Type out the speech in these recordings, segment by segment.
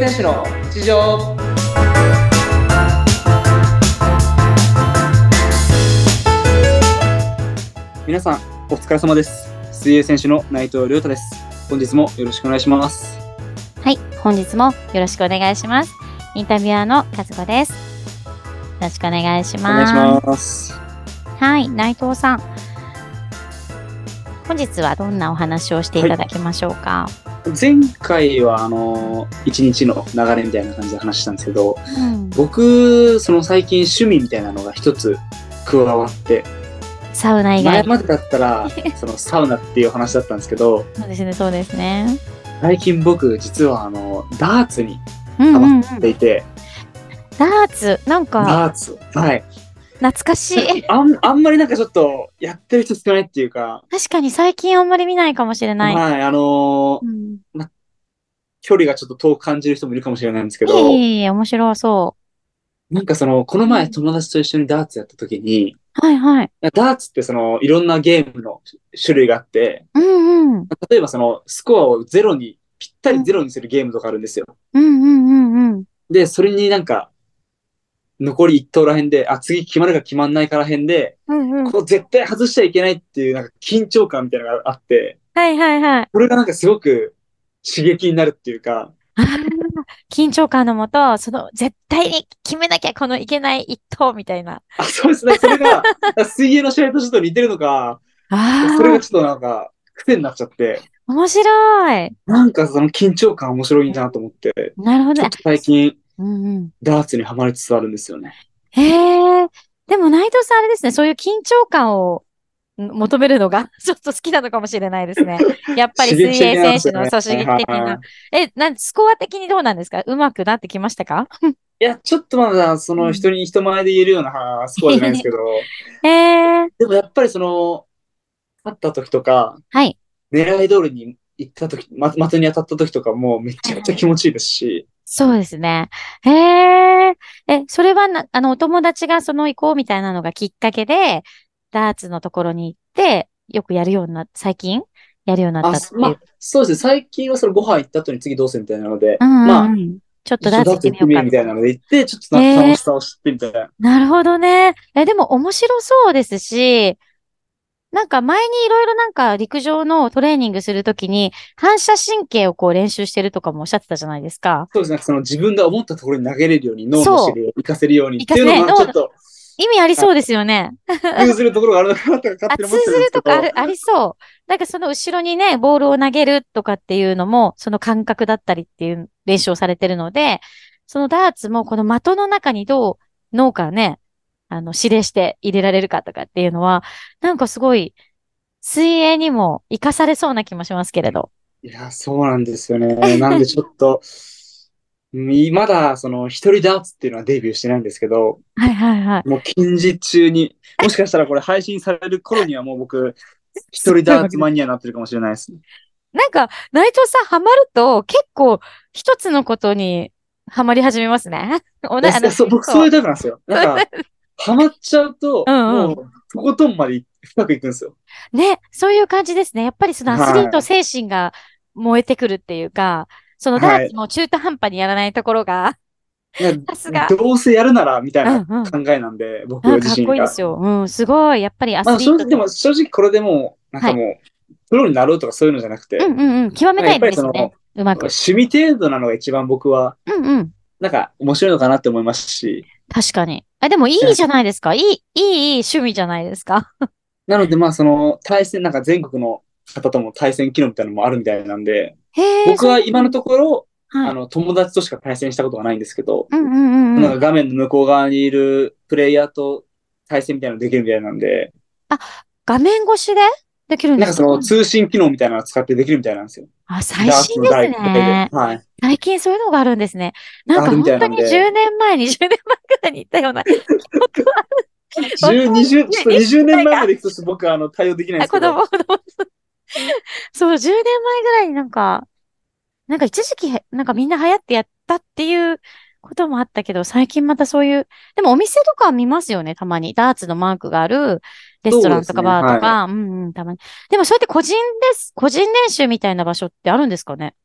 選手の日常。皆さんお疲れ様です。水泳選手の内藤亮太です。本日もよろしくお願いします。 はい、本日もよろしくお願いします。インタビュアーの和子です。よろしくお願いします。 お願いします。 はい、内藤さん、本日はどんなお話をしていただきましょうか。 前回は一日の流れみたいな感じで話したんですけど、僕最近趣味みたいなのが一つ加わって、 サウナ以外前までだったらサウナっていう話だったんですけど、 そうですね。 最近僕実はダーツにハマっていて、 ダーツなんかダーツ、はい、 懐かしい。 あんまりちょっとやってる人少ないっていうか、 確かに最近あんまり見ないかもしれない。 はい、距離がちょっと遠く感じる人もいるかもしれないんですけど、 面白そう。 この前友達と一緒にダーツやった時に、 はいはい。 ダーツっていろんなゲームの種類があって、例えばスコアをぴったりゼロにするゲームとかあるんですよ。で、それに残り1投らへんで、次決まるか決まんないからへんで、ここ絶対外しちゃいけないっていう緊張感みたいなのがあって、 はいはいはい。 これがすごく刺激になるっていうか、 緊張感のもと、絶対に決めなきゃこのいけない一投みたいな。 そうですね。それが、水泳の試合とちょっと似てるのか、それがちょっと癖になっちゃって、 面白い。 緊張感面白いなと思って、 なるほど。 ちょっと最近、ダーツにはまりつつあるんですよね。 へえ。でも内藤さんあれですね、そういう緊張感を求めるのがちょっと好きなのかもしれないですね。やっぱり水泳選手の刺激的な。スコア的にどうなんですか？上手くなってきましたか？ いや、ちょっとまだ、人前で言えるようなスコアじゃないんですけど、でもやっぱり勝った時とか、 はい。 狙い通りに行った時、的に当たった時とかもめちゃくちゃ気持ちいいですし。 そうですね。へえ。それはお友達が行こうみたいなのがきっかけで、ダーツのところに行って、よく最近やるようになったっていう。 そうですね。最近はご飯行った後に次どうするみたいなので、 ちょっとダーツ行ってみようかみたいなので行って、ちょっと楽しさを知ってみたいな。 なるほどね。でも面白そうですし、前にいろいろ陸上のトレーニングするときに反射神経を練習してるとかもおっしゃってたじゃないですか。 そうですね。自分が思ったところに投げれるように、脳の指令を活かせるようにっていうのがちょっと意味ありそうですよね。 通ずるところがあるのかなとか勝手に思ってるんですけど。 通ずるとかありそう。その後ろにね、ボールを投げるとかっていうのも、その感覚だったりっていう練習をされてるので、そのダーツもこの的の中にどう脳がね、指令して入れられるかとかっていうのは、すごい、水泳にも活かされそうな気もしますけれど。 いや、そうなんですよね。なんでちょっと、まだ一人ダーツっていうのはデビューしてないんですけど、 はいはいはい。 もう近日中に、もしかしたらこれ配信される頃にはもう僕、一人ダーツマニアになってるかもしれないですね。 内藤さんハマると結構一つのことにハマり始めますね。 僕そういうタイプなんですよ。ハマっちゃうと、もう、とことんまで深くいくんですよ。 ね、そういう感じですね。やっぱりアスリート精神が燃えてくるっていうか、ダーツも中途半端にやらないところが、さすが。 どうせやるなら、みたいな考えなんで、僕自身が。 かっこいいですよ。すごい。やっぱりアスリートでも正直これでもう、プロになろうとかそういうのじゃなくて、 極めたいんですね。うまく。 趣味程度なのが一番僕は、面白いのかなって思いますし。 確かに。でもいいじゃないですか。いい趣味じゃないですか。 なので、対戦、全国の方とも対戦機能みたいなのもあるみたいなんで、僕は今のところ、友達としか対戦したことがないんですけど、画面の向こう側にいるプレイヤーと対戦みたいなのできるみたいなんで。 画面越しでできるんですか？ 通信機能みたいなのを使ってできるみたいなんですよ。 最新ですね。 はい。 最近そういうのがあるんですね。本当に10年前、20年前くらいに行ったような記憶はある。 20年前まで行くと僕は対応できないんですけど。 子供。そう、10年前ぐらいに一時期、みんな流行ってやったっていうこともあったけど、最近またそういう、でもお店とかは見ますよね、たまに。ダーツのマークがあるレストランとかバーとか、たまに。でもそうやって個人練習みたいな場所ってあるんですかね？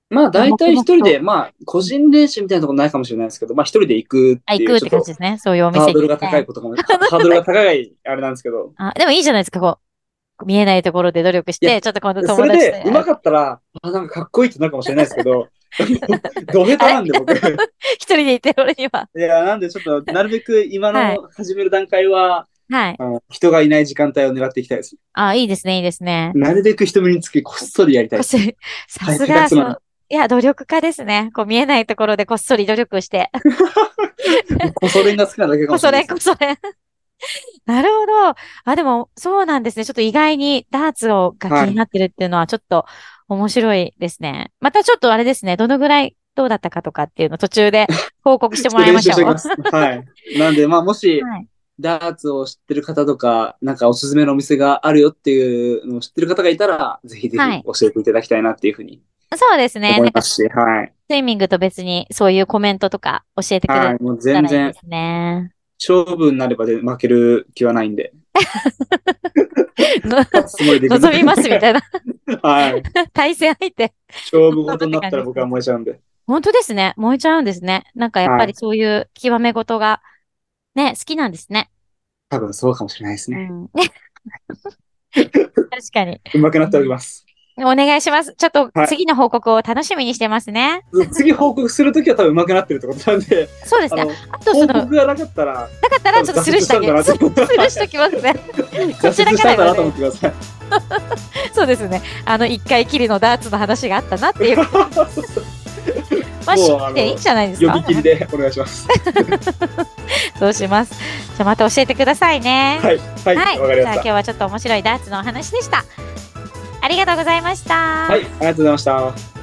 まあ、大体一人で、まあ、個人練習みたいなところないかもしれないですけど、まあ、一人で行くっていう、 行くって感じですね。そういうお店に、ね。 ハードルが高いことかも、ハードルが高い、あれなんですけど。 あ、でもいいじゃないですか、こう。見えないところで努力して、ちょっと今度それ友達で、上手かったら、なんかかっこいいってなるかもしれないですけど、ど下手なんで僕。 一人でいて、俺には。 いや、なんでちょっと、なるべく今の始める段階は、 はい。 人がいない時間帯を狙っていきたいです。 あ、いいですね、いいですね。 なるべく人目につきこっそりやりたい。 さすが、いや、努力家ですね。こう見えないところでこっそり努力して。 こそ練が好きなだけかもしれない。 こそ練。なるほど。あ、でも、そうなんですね。ちょっと意外にダーツが気になってるっていうのはちょっと面白いですね。またちょっとあれですね。どのぐらいどうだったかとかっていうのを途中で報告してもらいましょう。 はい。なんで、まあ、もし、ダーツを知ってる方とか、なんかおすすめのお店があるよっていうのを知ってる方がいたら、ぜひぜひ教えていただきたいなっていうふうに。 そうですね。 思いますし、はい。 スイミングと別にそういうコメントとか教えてくれもう全然、 ですね。 勝負になればで負ける気はないんで。 望みますみたいな。 はい。 対戦相手。 勝負事になったら僕は燃えちゃうんで。 本当ですね。燃えちゃうんですね。なんかやっぱりそういう極め事がね、好きなんですね。 多分そうかもしれないですね。 確かに。 うまくなっております。 お願いします。ちょっと次の報告を楽しみにしてますね。 次報告するときは多分上手くなってるってことなんで。 そうですね。 あと報告がなかったら。 ちょっとスルーしてあげる。スルーしときますね。こちらからなと思ってください。 そうですね。一回きりのダーツの話があったなっていう。まあ、知っていいんじゃないですか。 呼び切りでお願いします。 そうします。じゃあまた教えてくださいね。 はい。はい。わかりました。 じゃあ今日はちょっと面白いダーツのお話でした。ありがとうございました。 はい。ありがとうございました。